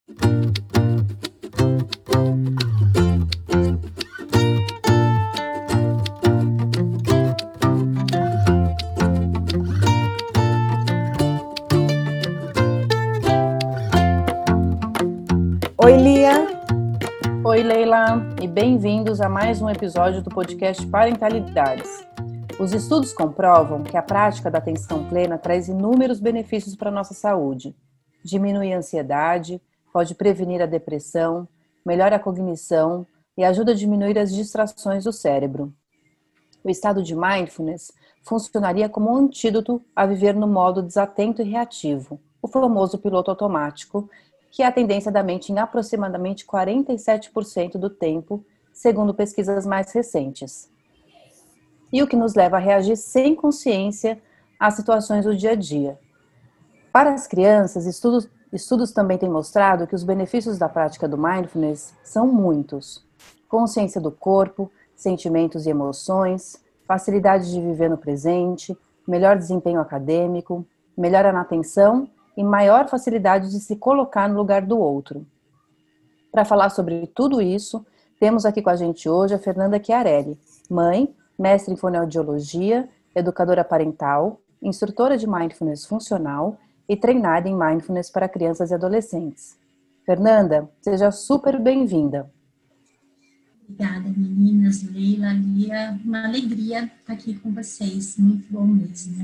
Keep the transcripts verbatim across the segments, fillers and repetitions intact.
Oi, Lia. Oi, Leila, e bem-vindos a mais um episódio do podcast Parentalidades. Os estudos comprovam que a prática da atenção plena traz inúmeros benefícios para a nossa saúde. Diminui a ansiedade, pode prevenir a depressão, melhora a cognição e ajuda a diminuir as distrações do cérebro. O estado de mindfulness funcionaria como um antídoto a viver no modo desatento e reativo, o famoso piloto automático, que é a tendência da mente em aproximadamente quarenta e sete por cento do tempo, segundo pesquisas mais recentes. E o que nos leva a reagir sem consciência às situações do dia a dia. Para as crianças, estudos, estudos também têm mostrado que os benefícios da prática do mindfulness são muitos. Consciência do corpo, sentimentos e emoções, facilidade de viver no presente, melhor desempenho acadêmico, melhora na atenção e maior facilidade de se colocar no lugar do outro. Para falar sobre tudo isso, temos aqui com a gente hoje a Fernanda Chiarelli, mãe, mestre em fonoaudiologia, educadora parental, instrutora de mindfulness funcional e treinada em mindfulness para crianças e adolescentes. Fernanda, seja super bem-vinda. Obrigada, meninas, Leila, Lia, uma alegria estar aqui com vocês, muito bom mesmo.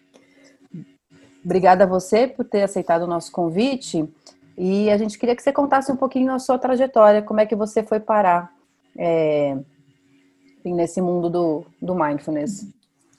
Obrigada a você por ter aceitado o nosso convite e a gente queria que você contasse um pouquinho a sua trajetória, como é que você foi parar é, nesse mundo do, do mindfulness.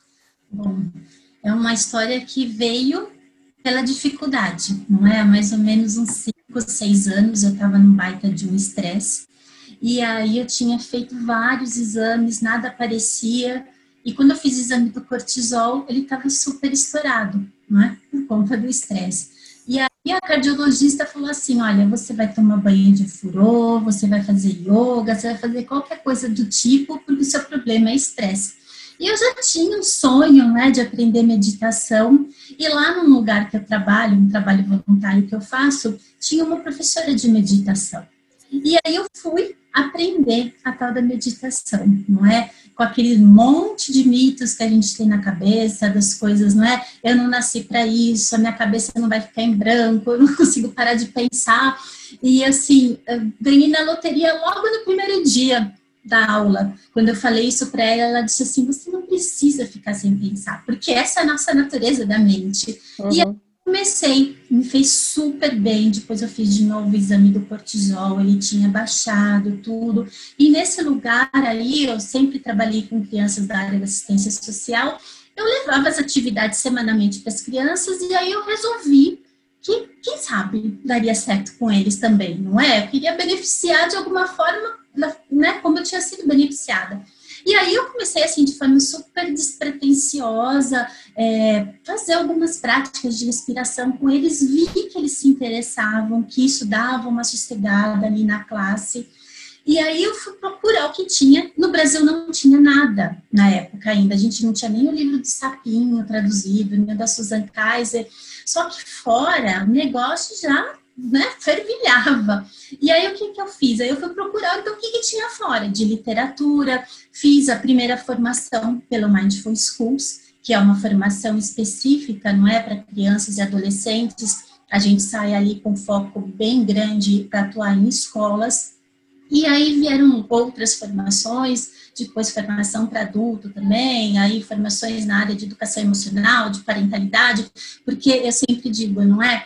Bom, é uma história que veio pela dificuldade, não é? Há mais ou menos uns cinco, seis anos eu estava num baita de um estresse e aí eu tinha feito vários exames, nada aparecia. E quando eu fiz o exame do cortisol, ele estava super estourado, não é? Por conta do estresse. E aí a cardiologista falou assim, olha, você vai tomar banho de furô, você vai fazer yoga, você vai fazer qualquer coisa do tipo, porque o seu problema é estresse. E eu já tinha um sonho, né, de aprender meditação, e lá num lugar que eu trabalho, um trabalho voluntário que eu faço, tinha uma professora de meditação. E aí eu fui aprender a tal da meditação, não é? Com aquele monte de mitos que a gente tem na cabeça, das coisas, não é? Eu não nasci para isso, a minha cabeça não vai ficar em branco, eu não consigo parar de pensar. E assim, eu ganhei na loteria logo no primeiro dia da aula. Quando eu falei isso para ela, ela disse assim, você não precisa ficar sem pensar, porque essa é a nossa natureza da mente. Uhum. E eu comecei, me fez super bem, depois eu fiz de novo o exame do cortisol, ele tinha baixado tudo, e nesse lugar aí, eu sempre trabalhei com crianças da área da assistência social, eu levava as atividades semanalmente para as crianças, e aí eu resolvi que, quem sabe, daria certo com eles também, não é? Eu queria beneficiar de alguma forma, né, como eu tinha sido beneficiada. E aí eu comecei, assim, de forma super despretensiosa, é, fazer algumas práticas de respiração com eles, vi que eles se interessavam, que isso dava uma sossegada ali na classe. E aí eu fui procurar o que tinha. No Brasil não tinha nada na época ainda, a gente não tinha nem o livro de Sapinho traduzido, nem o da Susan Kaiser, só que fora o negócio já, né, fervilhava. E aí o que que eu fiz? Aí eu fui procurar então o que que tinha fora de literatura, fiz a primeira formação pelo Mindful Schools, que é uma formação específica, não é, para crianças e adolescentes. A gente sai ali com foco bem grande para atuar em escolas. E aí vieram outras formações, depois formação para adulto também, aí formações na área de educação emocional, de parentalidade, porque eu sempre digo, não é,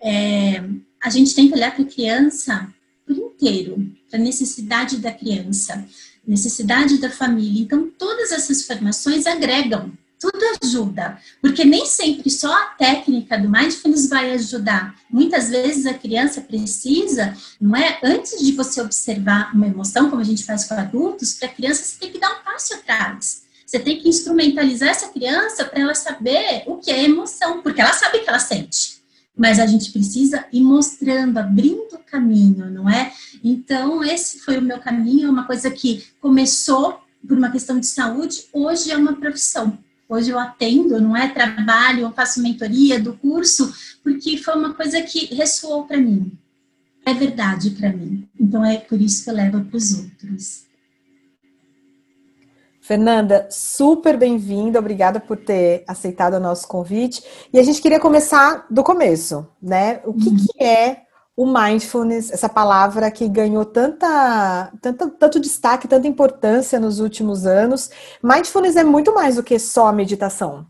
é a gente tem que olhar para a criança por inteiro, para a necessidade da criança, necessidade da família. Então, todas essas formações agregam, tudo ajuda, porque nem sempre só a técnica do mindfulness vai ajudar. Muitas vezes a criança precisa, não é? Antes de você observar uma emoção, como a gente faz com adultos, para a criança você tem que dar um passo atrás. Você tem que instrumentalizar essa criança para ela saber o que é emoção, porque ela sabe que ela sente. Mas a gente precisa ir mostrando, abrindo o caminho, não é? Então, esse foi o meu caminho, uma coisa que começou por uma questão de saúde, hoje é uma profissão. Hoje eu atendo, não é? Trabalho, eu faço mentoria do curso, porque foi uma coisa que ressoou para mim. é verdade para mim. Então é por isso que eu levo para os outros. Fernanda, super bem-vinda, obrigada por ter aceitado o nosso convite. E a gente queria começar do começo, né? O que, uhum. que é o mindfulness, essa palavra que ganhou tanta, tanto, tanto destaque, tanta importância nos últimos anos? Mindfulness é muito mais do que só a meditação.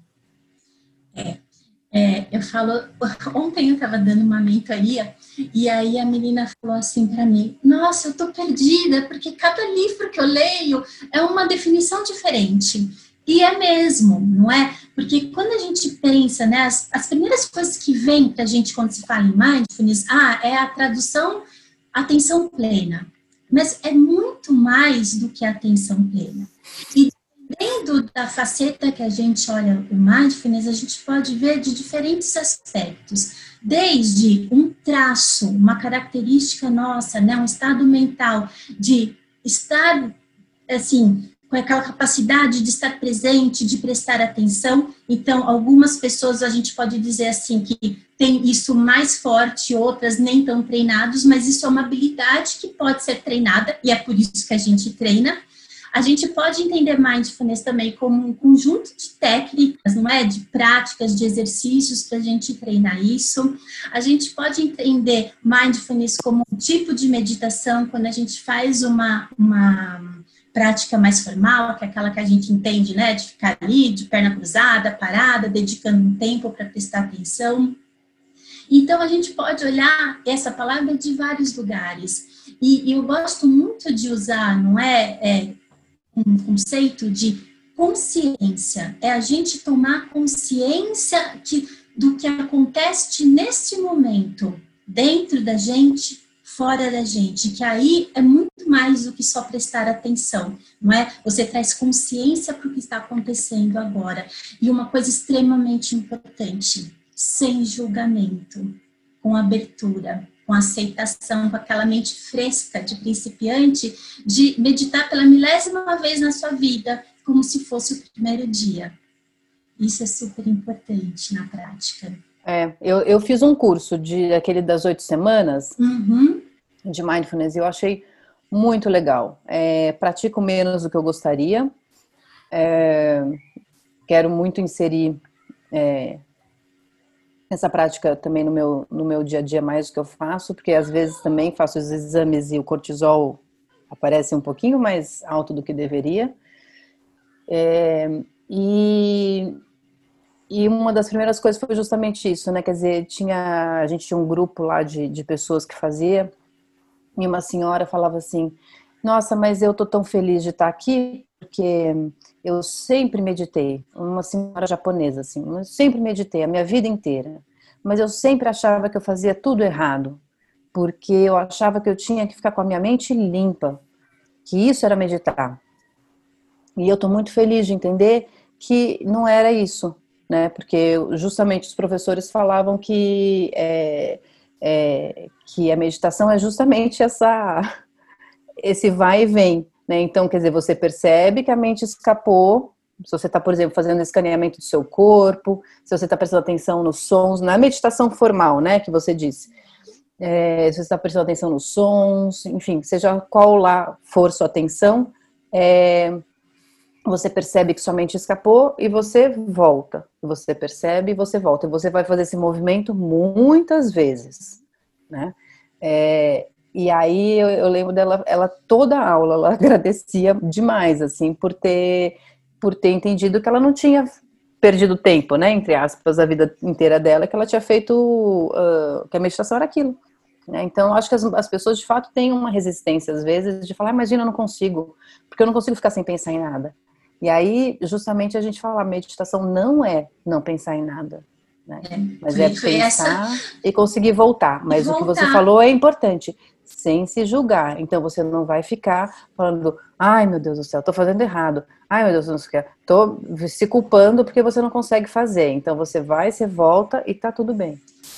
É. É, eu falo, ontem eu estava dando uma mentoria e aí a menina falou assim para mim, nossa, eu tô perdida, porque cada livro que eu leio é uma definição diferente. E é mesmo, não é? Porque quando a gente pensa, né, as, as primeiras coisas que vêm para a gente quando se fala em mindfulness, ah, é a tradução atenção plena. Mas é muito mais do que atenção plena. E dentro da faceta que a gente olha o mindfulness, a gente pode ver de diferentes aspectos, desde um traço, uma característica nossa, né, um estado mental de estar, assim, com aquela capacidade de estar presente, de prestar atenção. Então, algumas pessoas a gente pode dizer assim que tem isso mais forte, outras nem tão treinados, mas isso é uma habilidade que pode ser treinada e é por isso que a gente treina. A gente pode entender mindfulness também como um conjunto de técnicas, não é? De práticas, de exercícios para a gente treinar isso. A gente pode entender mindfulness como um tipo de meditação quando a gente faz uma, uma prática mais formal, que é aquela que a gente entende, né? De ficar ali, de perna cruzada, parada, dedicando um tempo para prestar atenção. Então, a gente pode olhar essa palavra de vários lugares. E, e eu gosto muito de usar, não é... é um conceito de consciência, é a gente tomar consciência que, do que acontece neste momento, dentro da gente, fora da gente, que aí é muito mais do que só prestar atenção, não é? Você traz consciência para o que está acontecendo agora. E uma coisa extremamente importante, sem julgamento, com abertura, com aceitação, com aquela mente fresca de principiante, de meditar pela milésima vez na sua vida, como se fosse o primeiro dia. Isso é super importante na prática. É, eu, eu fiz um curso de aquele das oito semanas uhum. de mindfulness e eu achei muito legal. É, pratico menos do que eu gostaria. É, quero muito inserir é, essa prática também no meu, no meu dia a dia mais do que eu faço, porque às vezes também faço os exames e o cortisol aparece um pouquinho mais alto do que deveria. É, e, e uma das primeiras coisas foi justamente isso, né? Quer dizer, tinha, a gente tinha um grupo lá de, de pessoas que fazia, e uma senhora falava assim, nossa, mas eu tô tão feliz de estar aqui, porque eu sempre meditei, uma senhora japonesa, assim, eu sempre meditei a minha vida inteira, mas eu sempre achava que eu fazia tudo errado, porque eu achava que eu tinha que ficar com a minha mente limpa, que isso era meditar. E eu tô muito feliz de entender que não era isso, né? Porque justamente os professores falavam que, é, é, que a meditação é justamente essa, esse vai e vem. Então, quer dizer, você percebe que a mente escapou, se você está, por exemplo, fazendo escaneamento do seu corpo, se você está prestando atenção nos sons, na meditação formal, né, que você disse, é, se você está prestando atenção nos sons, enfim, seja qual lá for sua atenção, é, você percebe que sua mente escapou e você volta, você percebe e você volta, e você vai fazer esse movimento muitas vezes, né, é, e aí eu, eu lembro dela, ela toda a aula, ela agradecia demais, assim, por ter, por ter entendido que ela não tinha perdido tempo, né, entre aspas, a vida inteira dela, que ela tinha feito, uh, que a meditação era aquilo, né, então eu acho que as, as pessoas de fato têm uma resistência às vezes de falar, ah, imagina, eu não consigo, porque eu não consigo ficar sem pensar em nada, e aí justamente a gente fala, a meditação não é não pensar em nada, né? É, mas é pensar essa... e conseguir voltar, mas voltar. O que você falou é importante, sem se julgar, então você não vai ficar falando, ai meu Deus do céu, tô fazendo errado, ai meu Deus do céu, tô se culpando porque você não consegue fazer, então você vai, você volta e tá tudo bem.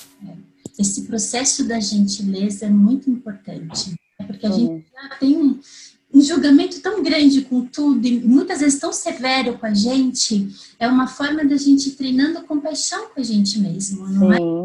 Esse processo da gentileza é muito importante, porque a uhum. gente já tem um, um julgamento tão grande com tudo e muitas vezes tão severo com a gente, é uma forma da gente ir treinando compaixão com a gente mesmo, não Sim. é?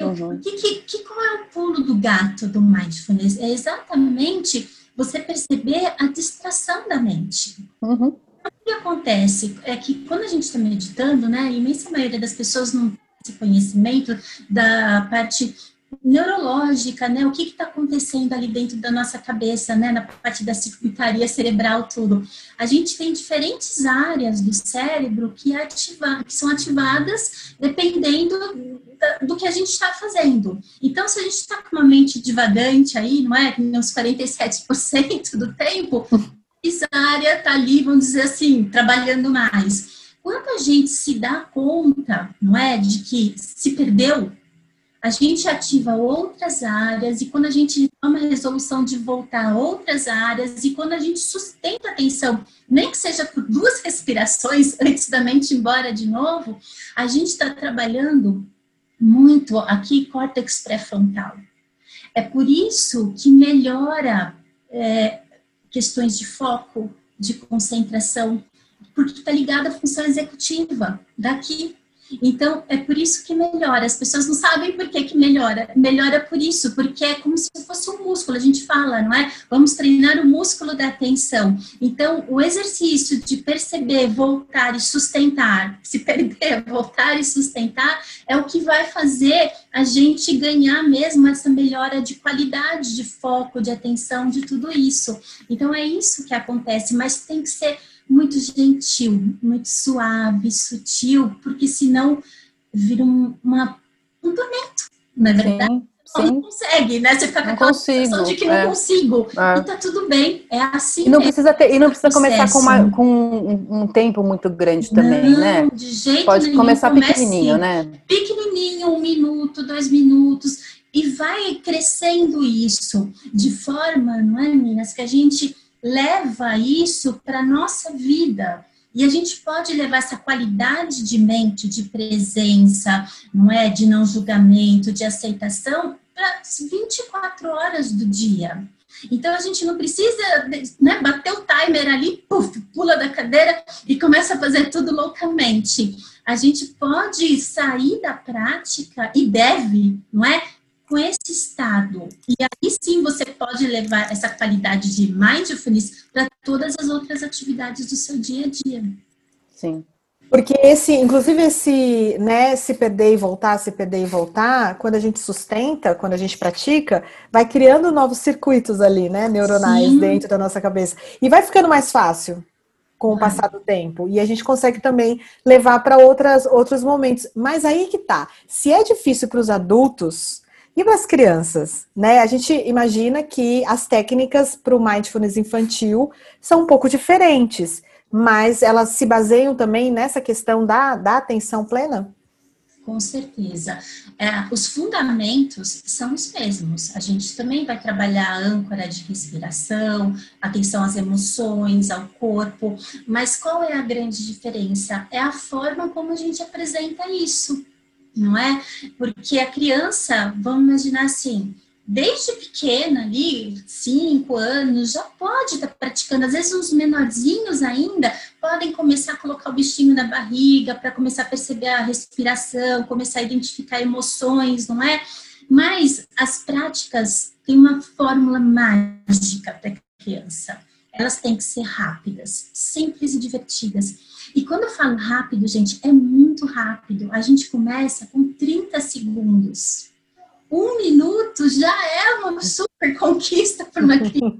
uhum. que, que, que, qual é o pulo do gato do mindfulness? É exatamente você perceber a distração da mente. Uhum. O que acontece é que quando a gente está meditando, né, a imensa maioria das pessoas não tem esse conhecimento da parte neurológica, né, o que está acontecendo ali dentro da nossa cabeça, né, na parte da circuitaria cerebral, tudo. A gente tem diferentes áreas do cérebro que, ativa, que são ativadas dependendo da, do que a gente está fazendo. Então, se a gente está com uma mente divagante aí, não é, uns quarenta e sete por cento do tempo, essa área está ali, vamos dizer assim, trabalhando mais. Quando a gente se dá conta, não é, de que se perdeu, a gente ativa outras áreas, e quando a gente toma a resolução de voltar a outras áreas, e quando a gente sustenta a atenção, nem que seja por duas respirações antes da mente ir embora de novo, a gente está trabalhando muito aqui córtex pré-frontal. É por isso que melhora é, questões de foco, de concentração, porque está ligada à função executiva daqui. Então, é por isso que melhora. As pessoas não sabem por que que melhora. Melhora por isso, porque é como se fosse um músculo. A gente fala, não é? Vamos treinar o músculo da atenção. Então, o exercício de perceber, voltar e sustentar, se perder, voltar e sustentar, é o que vai fazer a gente ganhar mesmo essa melhora de qualidade, de foco, de atenção, de tudo isso. Então, é isso que acontece, mas tem que ser muito gentil, muito suave, sutil, porque senão vira um, uma, um tormento, não é verdade? Sim, sim. Não consegue, né? Você fica com não aquela consigo, sensação de que não é. consigo. É. E tá tudo bem, é assim E não mesmo, precisa, ter, e não precisa processo. começar com, uma, com um, um tempo muito grande também, não, né? De jeito Pode nenhum. começar Comece pequenininho, né? Pequenininho, um minuto, dois minutos, e vai crescendo isso de forma, não é, meninas, que a gente leva isso para a nossa vida. E a gente pode levar essa qualidade de mente, de presença, não é? De não julgamento, de aceitação, para vinte e quatro horas do dia. Então, a gente não precisa, né, bater o timer ali, puf, pula da cadeira e começa a fazer tudo loucamente. A gente pode sair da prática e deve, não é? Com esse estado. E aí sim você pode levar essa qualidade de mindfulness para todas as outras atividades do seu dia a dia. Sim. Porque esse, inclusive esse, né, se perder e voltar, se perder e voltar, quando a gente sustenta, quando a gente pratica, vai criando novos circuitos ali, né, neuronais sim. dentro da nossa cabeça. E vai ficando mais fácil com o passar do tempo. E a gente consegue também levar para outras outros momentos. Mas aí que tá. Se é difícil para os adultos, e para as crianças, né? A gente imagina que as técnicas para o mindfulness infantil são um pouco diferentes, mas elas se baseiam também nessa questão da, da atenção plena? Com certeza. É, os fundamentos são os mesmos. A gente também vai trabalhar a âncora de respiração, atenção às emoções, ao corpo, mas qual é a grande diferença? É a forma como a gente apresenta isso. Não é? Porque a criança, vamos imaginar assim, desde pequena ali, cinco anos, já pode estar praticando, às vezes os menorzinhos ainda podem começar a colocar o bichinho na barriga para começar a perceber a respiração, começar a identificar emoções, não é? Mas as práticas têm uma fórmula mágica para a criança. Elas têm que ser rápidas, simples e divertidas. E quando eu falo rápido, gente, é muito rápido. A gente começa com trinta segundos. Um minuto já é uma super conquista para uma criança.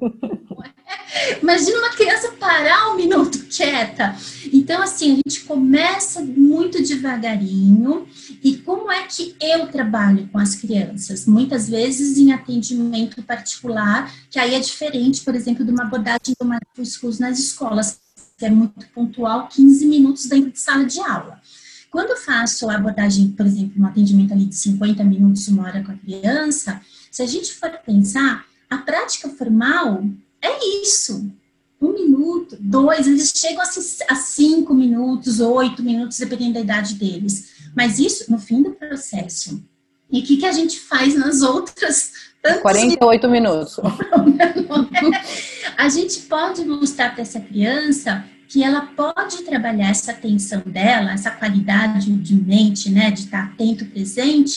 Imagina uma criança parar um minuto quieta. Então, assim, a gente começa muito devagarinho. E como é que eu trabalho com as crianças? Muitas vezes em atendimento particular, que aí é diferente, por exemplo, de uma abordagem do Mindful Schools nas escolas, que é muito pontual, quinze minutos dentro de sala de aula. Quando eu faço a abordagem, por exemplo, um atendimento ali de cinquenta minutos, uma hora com a criança, se a gente for pensar, a prática formal é isso. Um minuto, dois, eles chegam a cinco minutos, oito minutos, dependendo da idade deles. Mas isso no fim do processo. E o que, que a gente faz nas outras... quarenta e oito minutos. A gente pode mostrar para essa criança que ela pode trabalhar essa atenção dela, essa qualidade de mente, né, de estar atento, presente,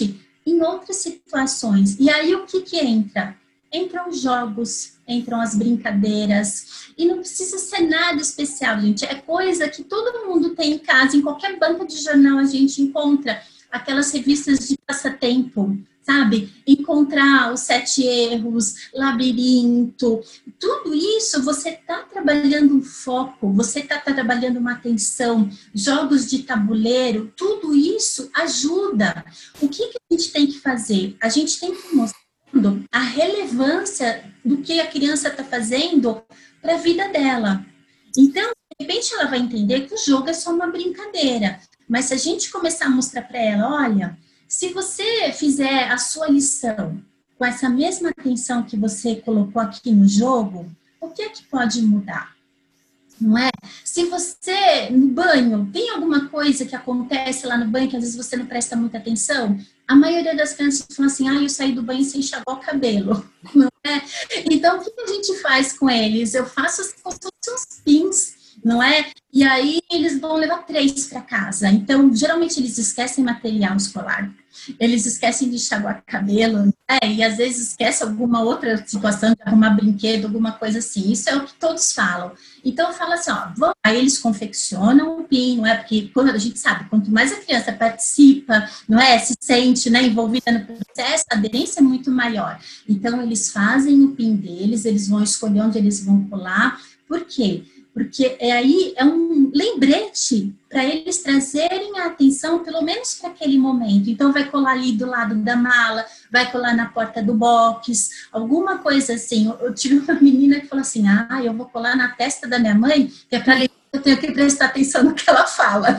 em outras situações. E aí, o que que entra? Entram os jogos, entram as brincadeiras, e não precisa ser nada especial, gente. É coisa que todo mundo tem em casa, em qualquer banca de jornal a gente encontra aquelas revistas de passatempo, sabe? Encontrar os sete erros, labirinto, tudo isso você está trabalhando um foco, você está trabalhando uma atenção, jogos de tabuleiro, tudo isso ajuda. O que, que a gente tem que fazer? A gente tem que mostrar a relevância do que a criança está fazendo para a vida dela. Então, de repente, ela vai entender que o jogo é só uma brincadeira. Mas se a gente começar a mostrar para ela, olha, se você fizer a sua lição com essa mesma atenção que você colocou aqui no jogo, o que é que pode mudar? Não é? Se você, no banho, tem alguma coisa que acontece lá no banho que às vezes você não presta muita atenção, a maioria das crianças falam assim, ah, eu saí do banho sem enxaguar o cabelo, não é? Então, o que a gente faz com eles? Eu faço como se fossem uns pins, não é? E aí, eles vão levar três para casa. Então, geralmente, eles esquecem material escolar. Eles esquecem de enxaguar cabelo, né? E às vezes esquecem alguma outra situação, de arrumar brinquedo, alguma coisa assim. Isso é o que todos falam. Então, fala assim, ó, vão... aí eles confeccionam o pin, não é? Porque quando a gente sabe, quanto mais a criança participa, não é? Se sente, né, envolvida no processo, a aderência é muito maior. Então, eles fazem o pin deles, eles vão escolher onde eles vão colar. Por quê? Porque é aí é um lembrete para eles trazerem a atenção, pelo menos para aquele momento. Então, vai colar ali do lado da mala, vai colar na porta do box, alguma coisa assim. Eu, eu tive uma menina que falou assim, ah, eu vou colar na testa da minha mãe, que é para ler, eu tenho que prestar atenção no que ela fala.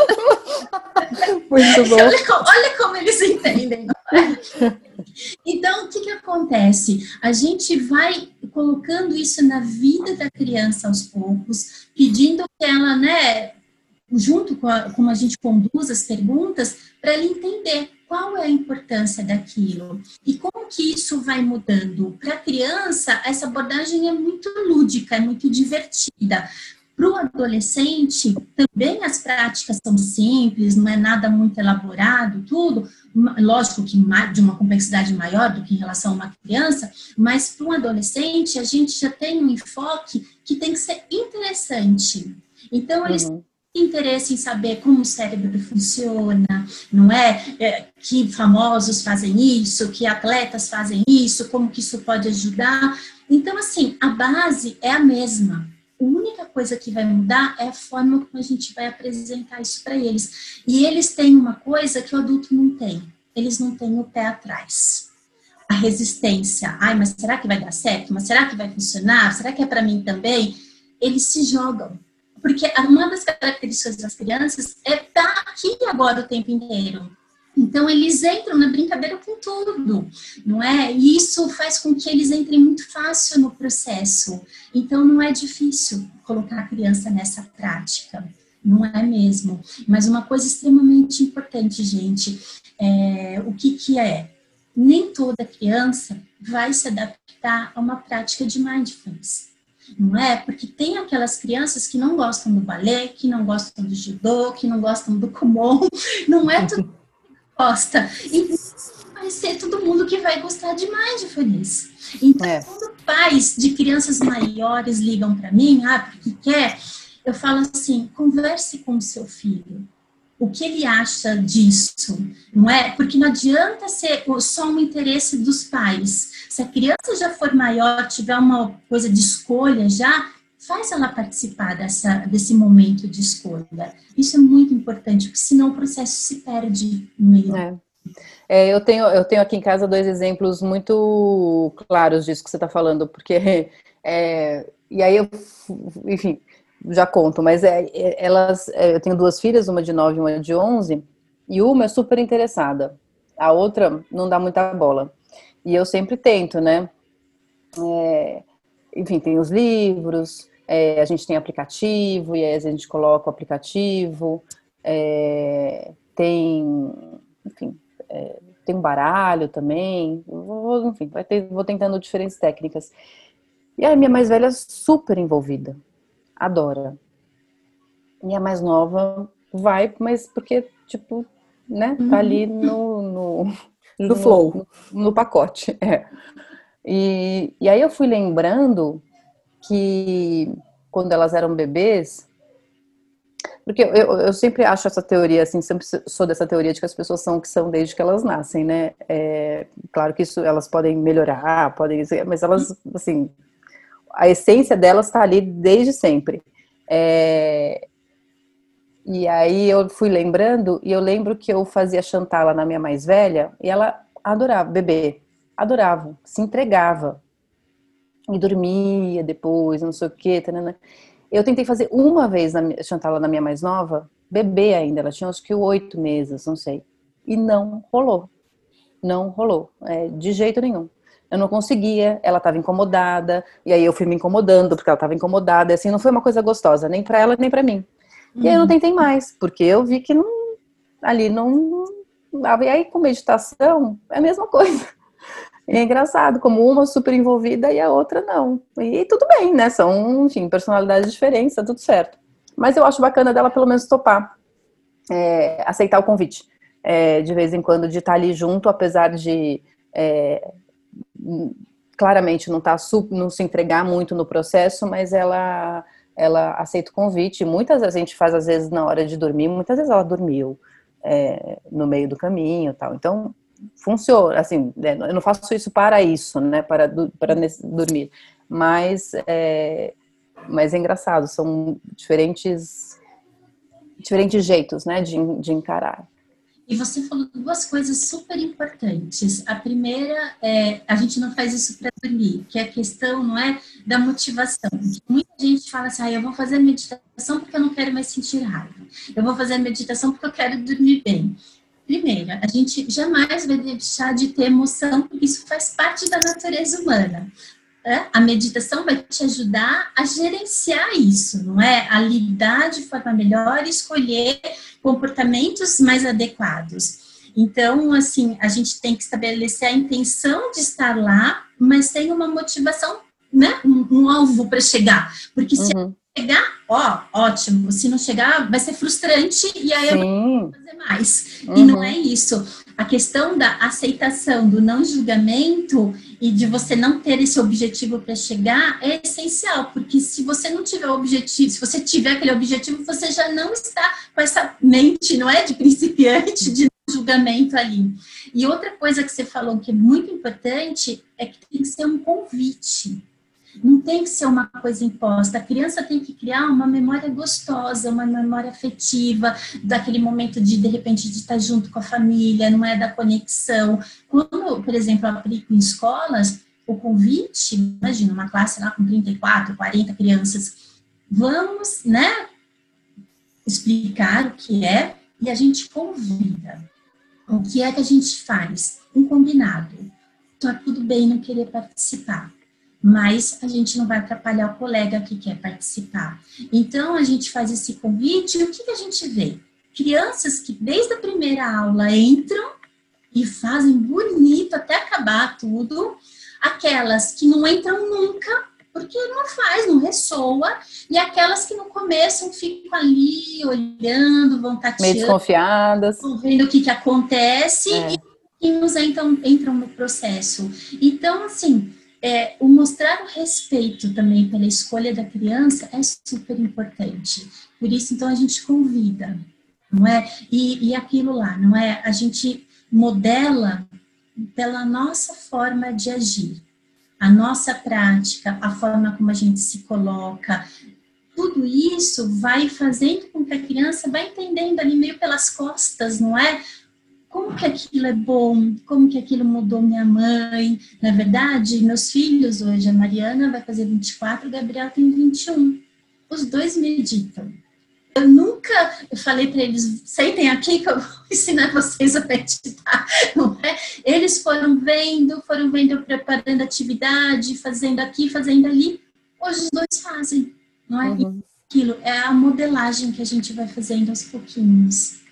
Muito bom. Olha como, olha como eles entendem, não é? Então, o que que acontece? A gente vai colocando isso na vida da criança aos poucos, pedindo que ela, né, junto com a, como a gente conduz as perguntas, para ela entender qual é a importância daquilo e como que isso vai mudando. Para a criança, essa abordagem é muito lúdica, é muito divertida. Para o adolescente, também as práticas são simples, não é nada muito elaborado, tudo. Lógico que de uma complexidade maior do que em relação a uma criança, mas para um adolescente, a gente já tem um enfoque que tem que ser interessante. Então, eles uhum. têm interesse em saber como o cérebro funciona, não é? é? Que famosos fazem isso, que atletas fazem isso, como que isso pode ajudar. Então, assim, a base é a mesma. A única coisa que vai mudar é a forma como a gente vai apresentar isso para eles. E eles têm uma coisa que o adulto não tem. Eles não têm o pé atrás. A resistência. Ai, mas será que vai dar certo? Mas será que vai funcionar? Será que é para mim também? Eles se jogam. Porque uma das características das crianças é estar aqui agora o tempo inteiro. Então, eles entram na brincadeira com tudo, não é? E isso faz com que eles entrem muito fácil no processo. Então, não é difícil colocar a criança nessa prática, não é mesmo? Mas uma coisa extremamente importante, gente, é, o que que é? Nem toda criança vai se adaptar a uma prática de mindfulness. Não é? Porque tem aquelas crianças que não gostam do balé, que não gostam do judô, que não gostam do kumon, não é tudo gosta. E vai ser todo mundo que vai gostar de mindfulness. Então, é. Quando pais de crianças maiores ligam para mim, ah, porque quer, eu falo assim, converse com o seu filho. O que ele acha disso, não é? Porque não adianta ser só um interesse dos pais. Se a criança já for maior, tiver uma coisa de escolha já, faz ela participar dessa, desse momento de escolha. Isso é muito importante, porque senão o processo se perde no meio. É. É, eu, tenho, eu tenho aqui em casa dois exemplos muito claros disso que você está falando, porque, é, e aí eu, enfim, já conto, mas é, é, elas, é, eu tenho duas filhas, uma de nove e uma de onze, e uma é super interessada, a outra não dá muita bola. E eu sempre tento, né? É, enfim, tem os livros, é, a gente tem aplicativo, e aí a gente coloca o aplicativo, é, tem, enfim, é, tem um baralho também, vou, enfim, vai ter, vou tentando diferentes técnicas. E a minha mais velha é super envolvida, adora. E a mais nova vai, mas porque, tipo, né, tá ali no, no, No flow. No, no pacote, é. E, e aí eu fui lembrando que quando elas eram bebês, porque eu, eu sempre acho essa teoria, assim, sempre sou dessa teoria de que as pessoas são o que são desde que elas nascem, né? É, claro que isso elas podem melhorar, podem, mas elas, assim, a essência delas está ali desde sempre. É, e aí eu fui lembrando, e eu lembro que eu fazia Chantala na minha mais velha, e ela adorava, bebê, adorava, se entregava. E dormia depois, não sei o quê. Tanana. Eu tentei fazer uma vez na Chantala na minha mais nova, bebê ainda, ela tinha acho que oito meses, não sei. E não rolou. Não rolou, é, de jeito nenhum. Eu não conseguia, ela estava incomodada, e aí eu fui me incomodando, porque ela estava incomodada, e assim, não foi uma coisa gostosa, nem para ela, nem para mim. E aí eu não tentei mais, porque eu vi que não, ali não dava. E aí com meditação, é a mesma coisa. E é engraçado, como uma super envolvida e a outra não. E tudo bem, né? São, enfim, personalidades diferentes, tá tudo certo. Mas eu acho bacana dela pelo menos topar, é, aceitar o convite. É, de vez em quando, de estar ali junto, apesar de é, claramente não, tá, não se entregar muito no processo, mas ela, ela aceita o convite. Muitas vezes a gente faz, às vezes, na hora de dormir, muitas vezes ela dormiu é, no meio do caminho e tal. Então, funciona, assim, eu não faço isso para isso, né, para, para dormir, mas é, mas é engraçado, são diferentes diferentes jeitos, né, de, de encarar. E você falou duas coisas super importantes. A primeira é, a gente não faz isso para dormir, que é a questão, não é, da motivação. Muita gente fala assim, ah, eu vou fazer meditação porque eu não quero mais sentir raiva. Eu vou fazer meditação porque eu quero dormir bem. Primeiro, a gente jamais vai deixar de ter emoção, porque isso faz parte da natureza humana. É? A meditação vai te ajudar a gerenciar isso, não é? A lidar de forma melhor e escolher comportamentos mais adequados. Então, assim, a gente tem que estabelecer a intenção de estar lá, mas tem uma motivação, né? Um, um alvo para chegar. Porque se uhum. chegar, ó, ótimo. Se não chegar, vai ser frustrante e aí Sim. eu não vou fazer mais. Uhum. E não é isso. A questão da aceitação, do não julgamento e de você não ter esse objetivo para chegar é essencial, porque se você não tiver o objetivo, se você tiver aquele objetivo, você já não está com essa mente, não é, de principiante, de julgamento ali. E outra coisa que você falou que é muito importante é que tem que ser um convite. Não tem que ser uma coisa imposta. A criança tem que criar uma memória gostosa, uma memória afetiva, daquele momento de, de repente, de estar junto com a família, não é, da conexão. Quando, por exemplo, eu aplico em escolas, o convite, imagina, uma classe lá com trinta e quatro, quarenta crianças, vamos, né, explicar o que é e a gente convida. O que é que a gente faz? Um combinado. Então, tudo bem não querer participar, mas a gente não vai atrapalhar o colega que quer participar. Então, a gente faz esse convite e o que, que a gente vê? Crianças que desde a primeira aula entram e fazem bonito até acabar tudo, aquelas que não entram nunca, porque não faz, não ressoa, e aquelas que no começo ficam ali olhando, vão tateando, meio desconfiadas, vendo o que, que acontece é. e uns entram, entram no processo. Então, assim, É, o mostrar o respeito também pela escolha da criança é super importante. Por isso, então, a gente convida, não é? E, e aquilo lá, não é? A gente modela pela nossa forma de agir, a nossa prática, a forma como a gente se coloca. Tudo isso vai fazendo com que a criança vá entendendo ali meio pelas costas, não é? Como que aquilo é bom, como que aquilo mudou minha mãe. Na verdade, meus filhos hoje, a Mariana vai fazer vinte e quatro, o Gabriel tem vinte e um. Os dois meditam. Eu nunca eu falei para eles, sentem aqui que eu vou ensinar vocês a meditar, não é? Eles foram vendo, foram vendo eu preparando atividade, fazendo aqui, fazendo ali. Hoje os dois fazem, não é? Uhum. Aquilo é a modelagem que a gente vai fazendo aos pouquinhos.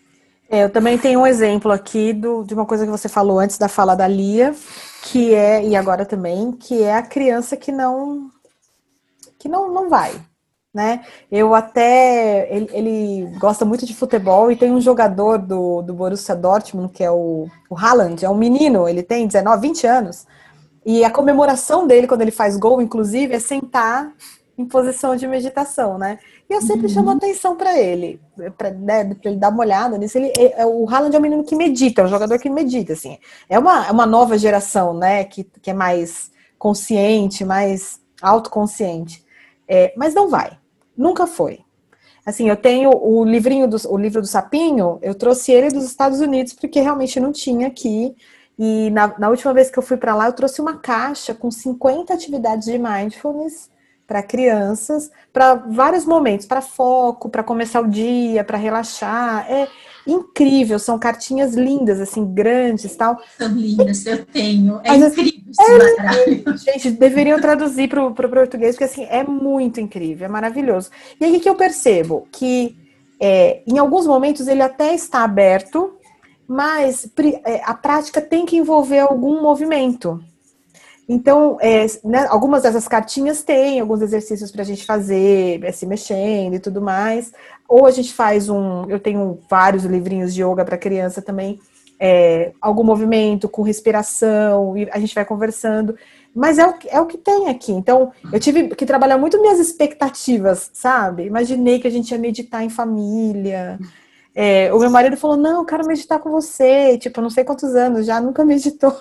Eu também tenho um exemplo aqui do, de uma coisa que você falou antes da fala da Lia, que é, e agora também, que é a criança que não que não, não vai, né? Eu até... Ele, ele gosta muito de futebol e tem um jogador do, do Borussia Dortmund, que é o, o Haaland, é um menino, ele tem dezenove, vinte anos, e a comemoração dele, quando ele faz gol, inclusive, é sentar em posição de meditação, né? E eu sempre chamo atenção para ele, para né, ele dar uma olhada nisso. Ele, é, o Haaland é um menino que medita, é um jogador que medita, assim. É uma, é uma nova geração, né? Que, que é mais consciente, mais autoconsciente. É, mas não vai. Nunca foi. Assim, eu tenho o livrinho do, o livro do Sapinho, eu trouxe ele dos Estados Unidos, porque realmente não tinha aqui. E na, na última vez que eu fui para lá, eu trouxe uma caixa com cinquenta atividades de mindfulness para crianças, para vários momentos, para foco, para começar o dia, para relaxar. É incrível, são cartinhas lindas, assim, grandes e tal. São lindas, eu tenho. É Mas, incrível esse baralho. Gente, deveriam traduzir para o português, porque assim, é muito incrível, é maravilhoso. E aí o que eu percebo? Que é, em alguns momentos ele até está aberto, mas é, a prática tem que envolver algum movimento. Então, é, né, algumas dessas cartinhas têm alguns exercícios para a gente fazer, é, se mexendo e tudo mais. Ou a gente faz um... Eu tenho vários livrinhos de yoga para criança também, é, algum movimento com respiração, e a gente vai conversando. Mas é o, é o que tem aqui. Então, eu tive que trabalhar muito minhas expectativas, sabe? Imaginei que a gente ia meditar em família. É, o meu marido falou, não, eu quero meditar com você. Tipo, não sei quantos anos já, nunca meditou.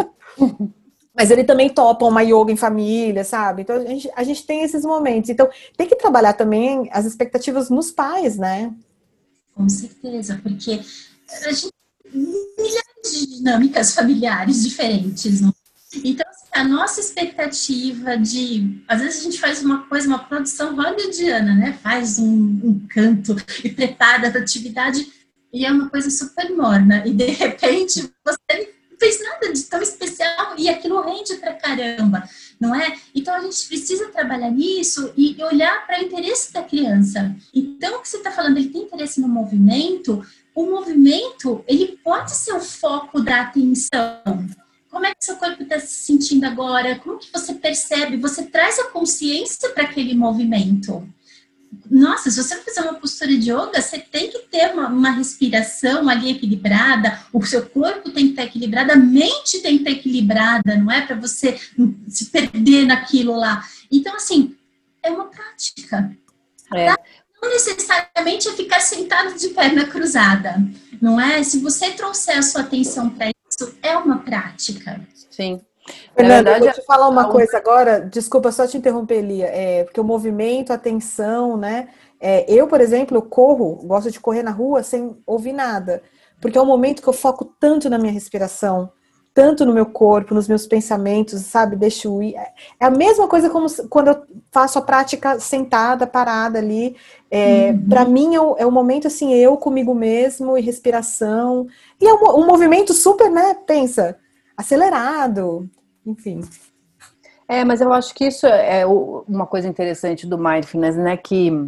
Mas ele também topa uma yoga em família, sabe? Então a gente, a gente tem esses momentos. Então tem que trabalhar também as expectativas nos pais, né? Com certeza, porque a gente tem milhares de dinâmicas familiares diferentes, não? Então, assim, a nossa expectativa de... Às vezes a gente faz uma coisa, uma produção hollywoodiana, né? Faz um, um canto e prepara a atividade e é uma coisa super morna. E de repente você fez nada de tão especial e aquilo rende pra caramba, não é? Então a gente precisa trabalhar nisso e olhar para o interesse da criança. Então o que você está falando, ele tem interesse no movimento, o movimento, ele pode ser o foco da atenção. Como é que seu corpo está se sentindo agora? Como que você percebe? Você traz a consciência para aquele movimento. Nossa, se você fizer uma postura de yoga, você tem que ter uma, uma respiração ali equilibrada, o seu corpo tem que estar equilibrado, a mente tem que estar equilibrada, não é? Para você se perder naquilo lá. Então, assim, é uma prática. É. Não necessariamente é ficar sentado de perna cruzada, não é? Se você trouxer a sua atenção para isso, é uma prática. Sim. Fernanda, verdade, eu vou te falar uma coisa agora, desculpa só te interromper, Lia, é, porque o movimento, a atenção, né, é, eu, por exemplo, eu corro, gosto de correr na rua sem ouvir nada, porque é um momento que eu foco tanto na minha respiração, tanto no meu corpo, nos meus pensamentos, sabe, deixo ir, é a mesma coisa como quando eu faço a prática sentada, parada ali, é, uhum. Para mim é o, é o momento, assim, eu comigo mesmo e respiração, e é um, um movimento super, né, pensa, acelerado, enfim. É, mas eu acho que isso é uma coisa interessante do mindfulness, né, que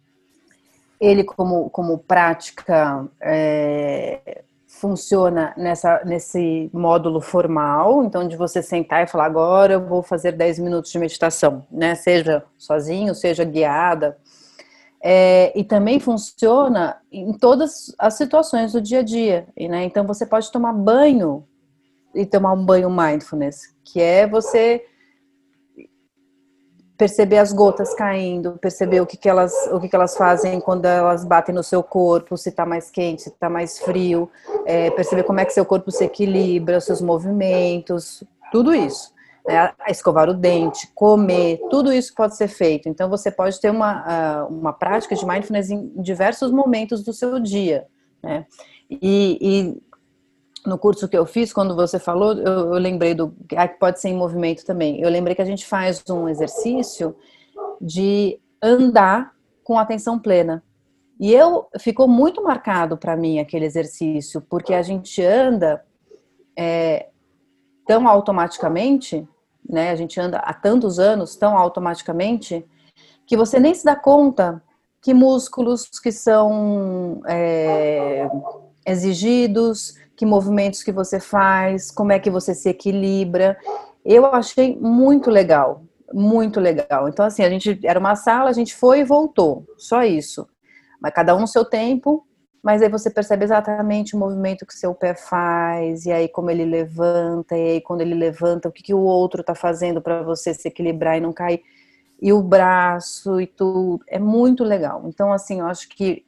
ele como, como prática é, funciona nessa, nesse módulo formal, então de você sentar e falar, agora eu vou fazer dez minutos de meditação, né, seja sozinho, seja guiada, é, e também funciona em todas as situações do dia a dia, né, então você pode tomar banho e tomar um banho mindfulness, que é você perceber as gotas caindo, perceber o que, que, elas, o que, que elas fazem quando elas batem no seu corpo, se está mais quente, se está mais frio, é, perceber como é que seu corpo se equilibra, os seus movimentos, tudo isso. Né? Escovar o dente, comer, tudo isso pode ser feito. Então você pode ter uma, uma prática de mindfulness em diversos momentos do seu dia. Né? E... e no curso que eu fiz, quando você falou, eu, eu lembrei do que pode ser em movimento também. Eu lembrei que a gente faz um exercício de andar com atenção plena. E eu ficou muito marcado para mim aquele exercício, porque a gente anda é, tão automaticamente, né? A gente anda há tantos anos tão automaticamente que você nem se dá conta que músculos que são é, exigidos, que movimentos que você faz, como é que você se equilibra. Eu achei muito legal. muito legal. Então, assim, a gente era uma sala, a gente foi e voltou, só isso. Mas cada um no seu tempo, mas aí você percebe exatamente o movimento que seu pé faz, e aí como ele levanta, e aí quando ele levanta, o que, que o outro tá fazendo para você se equilibrar e não cair, e o braço e tudo, é muito legal. Então, assim, eu acho que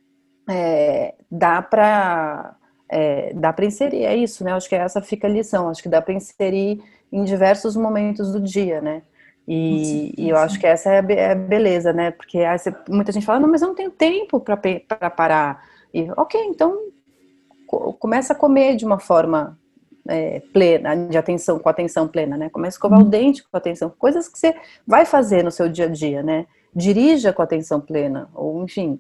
é, dá para é, dá para inserir, é isso, né? Eu acho que essa fica a lição, acho que dá para inserir em diversos momentos do dia, né? E, e eu acho que essa é a, be é a beleza, né? Porque aí você, muita gente fala, não, mas eu não tenho tempo para parar. E, ok, então co começa a comer de uma forma é, plena, de atenção, com atenção plena, né? Começa a escovar uhum. o dente com atenção, coisas que você vai fazer no seu dia a dia, né? Dirija com atenção plena, ou enfim.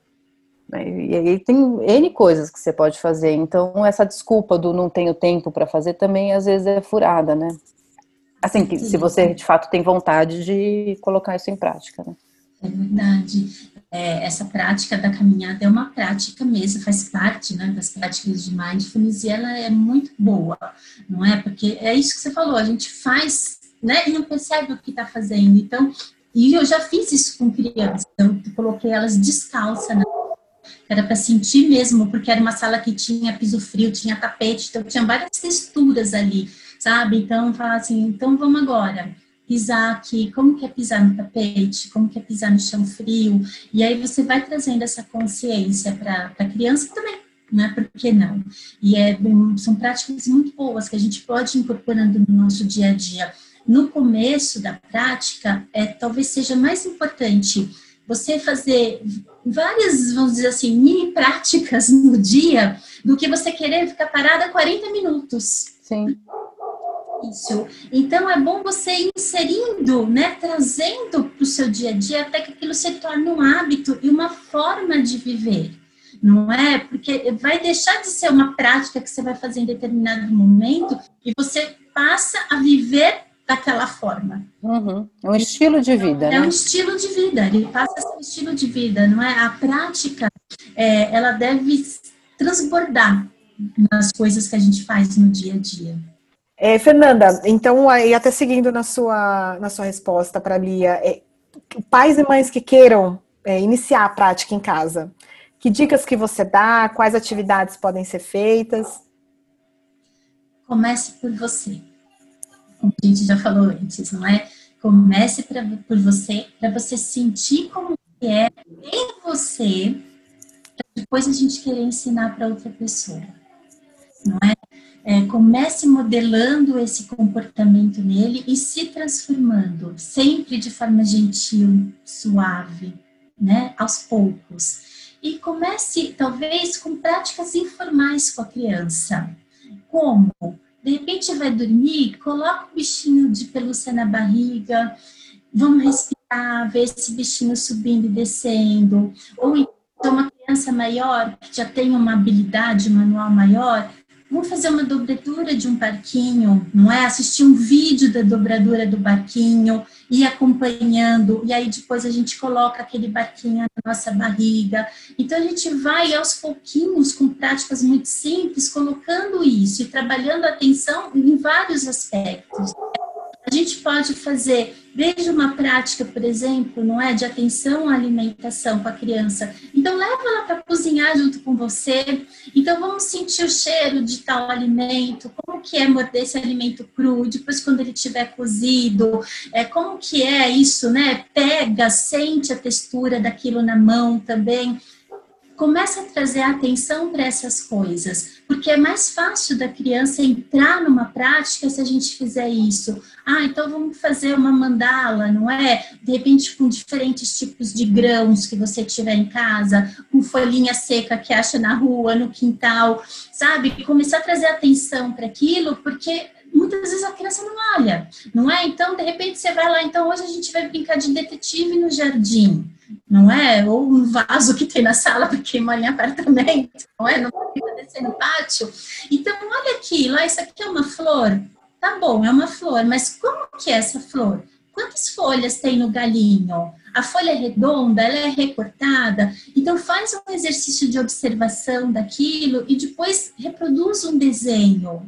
E aí tem N coisas que você pode fazer, então essa desculpa do não tenho tempo para fazer também às vezes é furada, né? Assim, que, se você de fato tem vontade de colocar isso em prática, né? É verdade. É, essa prática da caminhada é uma prática mesmo, faz parte, né, das práticas de mindfulness e ela é muito boa, não é? Porque é isso que você falou, a gente faz, né, e não percebe o que está fazendo. Então, e eu já fiz isso com crianças, eu coloquei elas descalças, né? Era para sentir mesmo, porque era uma sala que tinha piso frio, tinha tapete, então tinha várias texturas ali, sabe? Então, fala assim, então vamos agora pisar aqui, como que é pisar no tapete, como que é pisar no chão frio, e aí você vai trazendo essa consciência para a criança também, né? Por que não? E é, são práticas muito boas que a gente pode ir incorporando no nosso dia a dia. No começo da prática, é, talvez seja mais importante você fazer várias, vamos dizer assim, mini práticas no dia, do que você querer ficar parada quarenta minutos. Sim. Isso. Então, é bom você ir inserindo, né, trazendo para o seu dia a dia, até que aquilo se torne um hábito e uma forma de viver, não é? Porque vai deixar de ser uma prática que você vai fazer em determinado momento e você passa a viver daquela forma. Uhum. É um estilo de vida, é né? É um estilo de vida, ele passa a ser um estilo de vida, não é? A prática, é, ela deve transbordar nas coisas que a gente faz no dia a dia. É, Fernanda, então, aí até seguindo na sua, na sua resposta para a Lia, é, pais e mães que queiram é, iniciar a prática em casa, que dicas que você dá, quais atividades podem ser feitas? Comece por você. Como a gente já falou antes, não é? Comece pra, por você, para você sentir como que é em você, para depois a gente querer ensinar para outra pessoa, não é? É, comece modelando esse comportamento nele e se transformando, sempre de forma gentil, suave, né? Aos poucos. E comece, talvez, com práticas informais com a criança. Como? De repente vai dormir, coloca o bichinho de pelúcia na barriga, vamos respirar, ver esse bichinho subindo e descendo. Ou então uma criança maior, que já tem uma habilidade manual maior, vamos fazer uma dobradura de um barquinho, não é? Assistir um vídeo da dobradura do barquinho, ir acompanhando, e aí depois a gente coloca aquele barquinho na nossa barriga. Então a gente vai aos pouquinhos, com práticas muito simples, colocando isso e trabalhando a atenção em vários aspectos. A gente pode fazer desde uma prática, por exemplo, não é, de atenção à alimentação com a criança. Então, leva ela para cozinhar junto com você. Então, vamos sentir o cheiro de tal alimento, como que é morder esse alimento cru, depois quando ele estiver cozido, é, como que é isso, né? Pega, sente a textura daquilo na mão também. Começa a trazer atenção para essas coisas, porque é mais fácil da criança entrar numa prática se a gente fizer isso. Ah, então vamos fazer uma mandala, não é? De repente com diferentes tipos de grãos que você tiver em casa, com folhinha seca que acha na rua, no quintal, sabe? Começar a trazer atenção para aquilo, porque muitas vezes a criança não olha, não é? Então, de repente, você vai lá, então hoje a gente vai brincar de detetive no jardim, não é? Ou um vaso que tem na sala, porque mora em apartamento, não é? Não pode descer no pátio. Então, olha aqui, lá, isso aqui é uma flor. Tá bom, é uma flor, mas como que é essa flor? Quantas folhas tem no galinho? A folha é redonda, ela é recortada? Então, faz um exercício de observação daquilo e depois reproduz um desenho.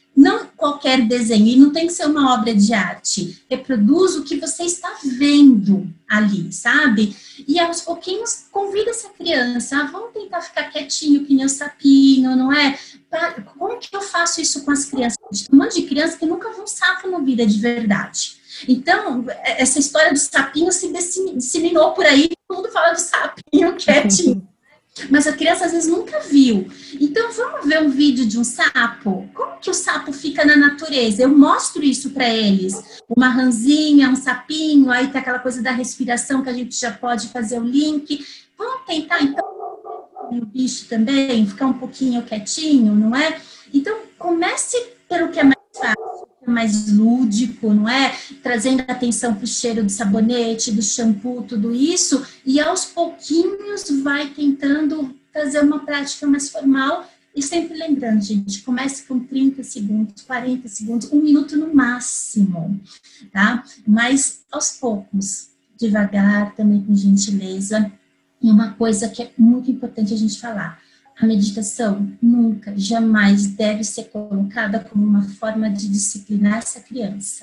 não qualquer desenho, e não tem que ser uma obra de arte. Reproduz o que você está vendo ali, sabe? E aos pouquinhos, convida essa criança, ah, vamos tentar ficar quietinho, que nem o sapinho, não é? Pra, como que eu faço isso com as crianças? Tem um monte de crianças que nunca viu um sapo na vida de verdade. Então, essa história do sapinho se disseminou por aí, todo mundo fala do sapinho quietinho. Mas a criança às vezes nunca viu. Então vamos ver um vídeo de um sapo? Como que o sapo fica na natureza? Eu mostro isso para eles. Uma ranzinha, um sapinho, aí tá aquela coisa da respiração que a gente já pode fazer o link. Vamos tentar então o bicho também, ficar um pouquinho quietinho, não é? Então comece pelo que é mais fácil, mais lúdico, não é? Trazendo atenção para o cheiro do sabonete, do shampoo, tudo isso, e aos pouquinhos vai tentando fazer uma prática mais formal, e sempre lembrando, gente, comece com trinta segundos, quarenta segundos, um minuto no máximo, tá? Mas aos poucos, devagar, também com gentileza, e uma coisa que é muito importante a gente falar, a meditação nunca, jamais deve ser colocada como uma forma de disciplinar essa criança.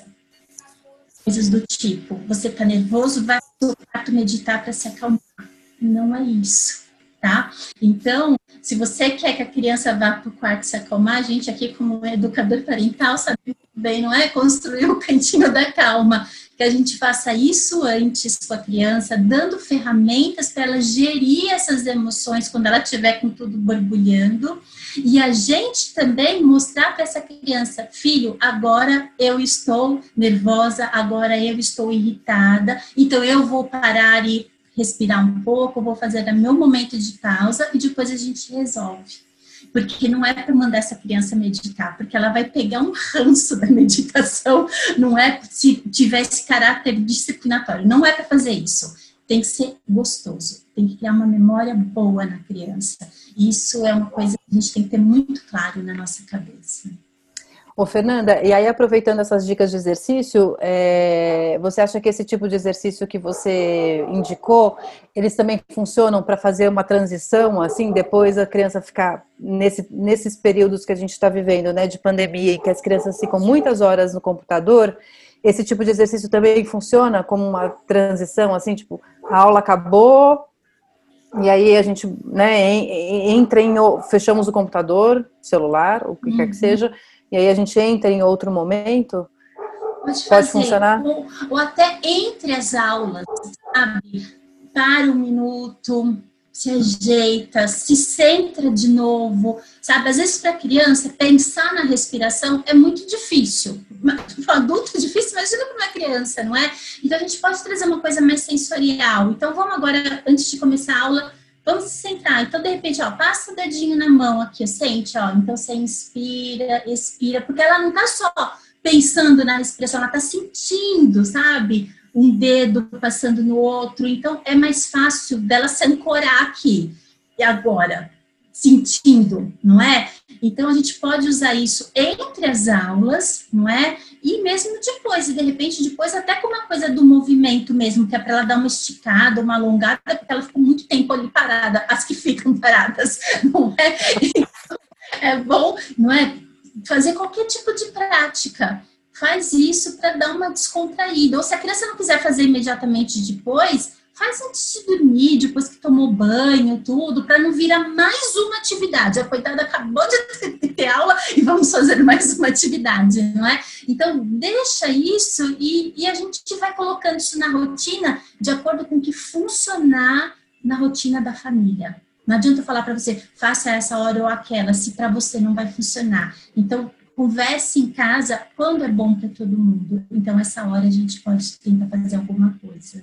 Coisas do tipo, você está nervoso, vai no quarto meditar para se acalmar. Não é isso, tá? Então, se você quer que a criança vá para o quarto se acalmar, a gente aqui como educador parental sabe muito bem, não é? Construir o cantinho da calma. Que a gente faça isso antes com a criança, dando ferramentas para ela gerir essas emoções quando ela estiver com tudo borbulhando. E a gente também mostrar para essa criança, filho, agora eu estou nervosa, agora eu estou irritada, então eu vou parar e respirar um pouco, vou fazer o meu momento de pausa e depois a gente resolve. Porque não é para mandar essa criança meditar, porque ela vai pegar um ranço da meditação, não é se tiver esse caráter disciplinatório, não é para fazer isso, tem que ser gostoso, tem que criar uma memória boa na criança, isso é uma coisa que a gente tem que ter muito claro na nossa cabeça. Ô Fernanda, e aí aproveitando essas dicas de exercício, é, você acha que esse tipo de exercício que você indicou, eles também funcionam para fazer uma transição, assim, depois a criança ficar nesse, nesses períodos que a gente está vivendo, né, de pandemia, em que as crianças ficam muitas horas no computador, esse tipo de exercício também funciona como uma transição, assim, tipo, a aula acabou, e aí a gente, né, entra em, fechamos o computador, celular, o que uhum. quer que seja, e aí a gente entra em outro momento? Pode, pode funcionar? Ou, ou até entre as aulas, sabe? Para um minuto, se ajeita, se centra de novo, sabe? Às vezes para a criança, pensar na respiração é muito difícil. Para o adulto é difícil, imagina para uma criança, não é? Então a gente pode trazer uma coisa mais sensorial. Então vamos agora, antes de começar a aula, vamos se centrar. Então, de repente, ó, passa o dedinho na mão aqui, sente, ó. Então, você inspira, expira, porque ela não tá só pensando na respiração, ela tá sentindo, sabe? Um dedo passando no outro. Então, é mais fácil dela se ancorar aqui. E agora, sentindo, não é? Então, a gente pode usar isso entre as aulas, não é? E mesmo depois, e de repente depois até com uma coisa do movimento mesmo, que é para ela dar uma esticada, uma alongada, porque ela ficou muito tempo ali parada, as que ficam paradas, não é? Então, é bom, não é? Fazer qualquer tipo de prática, faz isso para dar uma descontraída, ou se a criança não quiser fazer imediatamente depois, faz antes de dormir, depois que tomou banho, tudo, para não virar mais uma atividade. A coitada acabou de ter aula e vamos fazer mais uma atividade, não é? Então, deixa isso e, e a gente vai colocando isso na rotina de acordo com o que funcionar na rotina da família. Não adianta falar para você, faça essa hora ou aquela, se para você não vai funcionar. Então, converse em casa quando é bom para todo mundo. Então, essa hora a gente pode tentar fazer alguma coisa.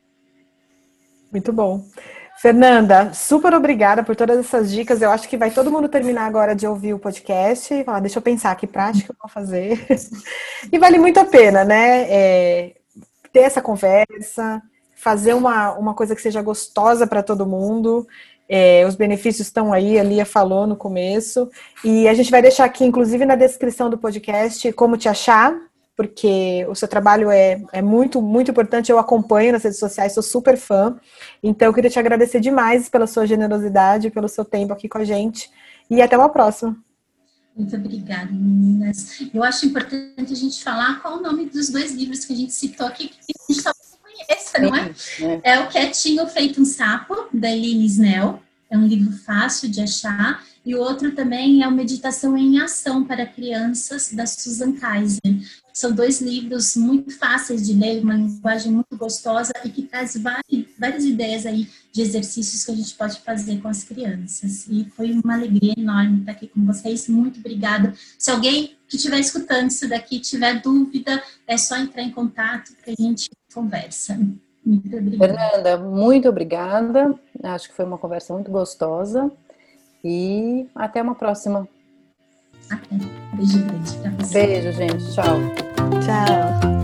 Muito bom. Fernanda, super obrigada por todas essas dicas. Eu acho que vai todo mundo terminar agora de ouvir o podcast e falar, deixa eu pensar que prática eu vou fazer. E vale muito a pena, né? É, ter essa conversa, fazer uma, uma coisa que seja gostosa para todo mundo. É, os benefícios estão aí, a Lia falou no começo. E a gente vai deixar aqui, inclusive, na descrição do podcast, como te achar, porque o seu trabalho é, é muito, muito importante, eu acompanho nas redes sociais, sou super fã, então eu queria te agradecer demais pela sua generosidade, pelo seu tempo aqui com a gente, e até uma próxima. Muito obrigada, meninas. Eu acho importante a gente falar qual o nome dos dois livros que a gente citou aqui, que a gente talvez não conheça, não é? É o Quietinho Feito um Sapo, da Eline Snell. É um livro fácil de achar. E o outro também é o Meditação em Ação para Crianças, da Susan Kaiser. São dois livros muito fáceis de ler, uma linguagem muito gostosa e que traz várias, várias ideias aí de exercícios que a gente pode fazer com as crianças. E foi uma alegria enorme estar aqui com vocês. Muito obrigada. Se alguém que estiver escutando isso daqui tiver dúvida, é só entrar em contato que a gente conversa. Muito obrigada. Fernanda, muito obrigada. Acho que foi uma conversa muito gostosa. E até uma próxima. Até. Beijo grande pra você. Beijo, gente. Tchau. Tchau.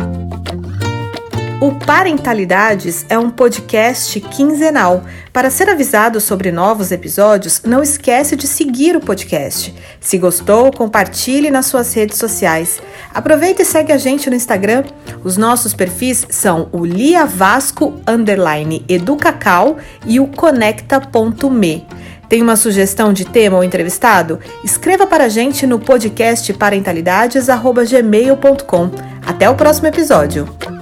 O Parentalidades é um podcast quinzenal. Para ser avisado sobre novos episódios, não esquece de seguir o podcast. Se gostou, compartilhe nas suas redes sociais. Aproveita e segue a gente no Instagram. Os nossos perfis são o liavasco underline educacau e o conecta ponto me. Tem uma sugestão de tema ou entrevistado? Escreva para a gente no podcast parentalidades arroba gmail ponto com. Até o próximo episódio!